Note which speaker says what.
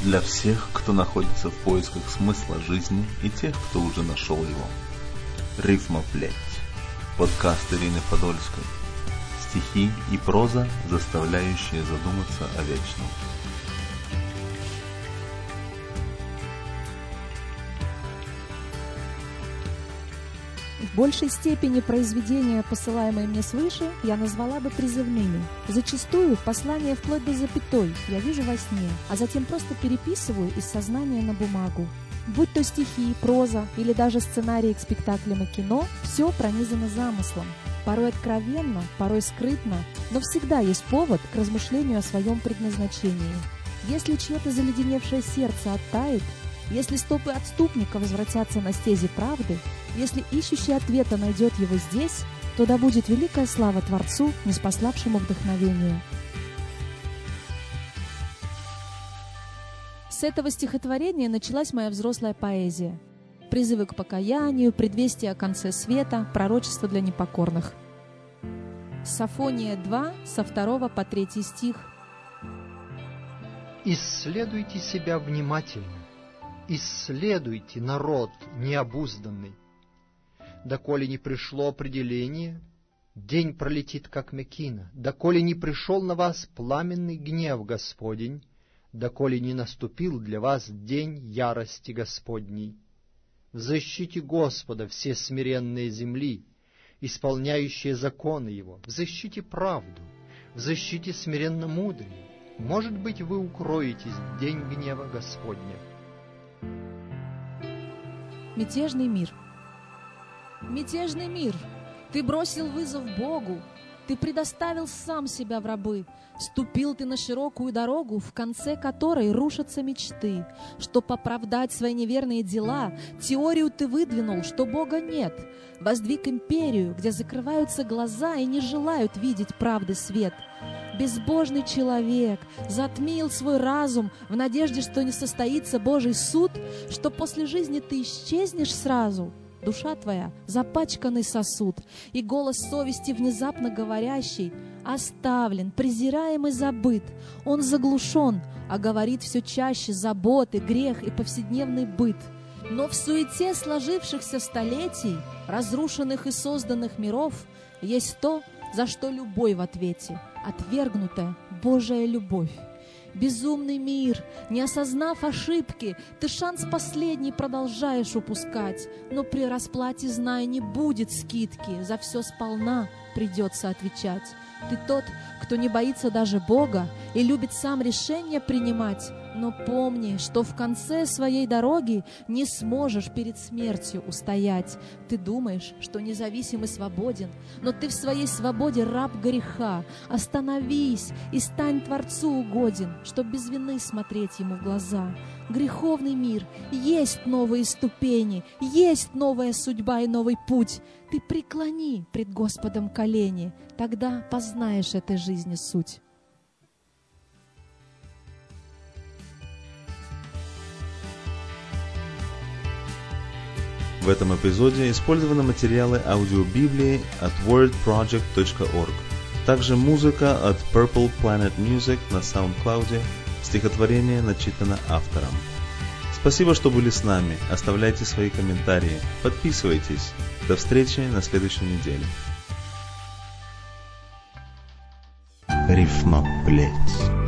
Speaker 1: Для всех, кто находится в поисках смысла жизни и тех, кто уже нашел его. Рифмоплеть. Подкаст Ирины Подольской. Стихи и проза, заставляющие задуматься о вечном.
Speaker 2: В большей степени произведения, посылаемые мне свыше, я назвала бы призывными. Зачастую послания вплоть до запятой я вижу во сне, а затем просто переписываю из сознания на бумагу. Будь то стихи, проза или даже сценарии к спектаклям и кино, все пронизано замыслом. Порой откровенно, порой скрытно, но всегда есть повод к размышлению о своем предназначении. Если чье-то заледеневшее сердце оттает, если стопы отступника возвратятся на стези правды, если ищущий ответа найдет его здесь, то да будет великая слава Творцу, ниспославшему вдохновение. С этого стихотворения началась моя взрослая поэзия. Призывы к покаянию, предвестие о конце света, пророчество для непокорных. Софония 2, со 2 по 3 стих.
Speaker 3: «Исследуйте себя внимательно, исследуйте народ необузданный. Доколе не пришло определение, день пролетит, как мекина, доколе не пришел на вас пламенный гнев Господень, доколе не наступил для вас день ярости Господней. Взыщите Господа все смиренные земли, исполняющие законы Его, взыщите правду, взыщите смиренно мудрые. Может быть, вы укроетесь в день гнева Господня».
Speaker 2: Мятежный мир. Мятежный мир, ты бросил вызов Богу, ты предоставил сам себя в рабы, ступил ты на широкую дорогу, в конце которой рушатся мечты. Чтоб оправдать свои неверные дела, теорию ты выдвинул, что Бога нет. Воздвиг империю, где закрываются глаза и не желают видеть правды свет. Безбожный человек затмил свой разум в надежде, что не состоится Божий суд, что после жизни ты исчезнешь сразу. Душа твоя — запачканный сосуд, и голос совести, внезапно говорящий, оставлен, презираем и забыт. Он заглушен, а говорит все чаще заботы, грех и повседневный быт. Но в суете сложившихся столетий, разрушенных и созданных миров, есть то, за что любой в ответе — отвергнутая Божия любовь. Безумный мир, не осознав ошибки, ты шанс последний продолжаешь упускать, но при расплате, знай, не будет скидки, за все сполна придется отвечать. Ты тот, кто не боится даже Бога и любит сам решения принимать, но помни, что в конце своей дороги не сможешь перед смертью устоять. Ты думаешь, что независим и свободен, но ты в своей свободе раб греха. Остановись и стань Творцу угоден, чтоб без вины смотреть Ему в глаза. Греховный мир, есть новые ступени, есть новая судьба и новый путь. Ты преклони пред Господом колени, тогда познаешь этой жизни суть.
Speaker 1: В этом эпизоде использованы материалы аудиобиблии от wordproject.org. Также музыка от Purple Planet Music на SoundCloud. Стихотворение начитано автором. Спасибо, что были с нами. Оставляйте свои комментарии. Подписывайтесь. До встречи на следующей неделе. Рифмоплеть.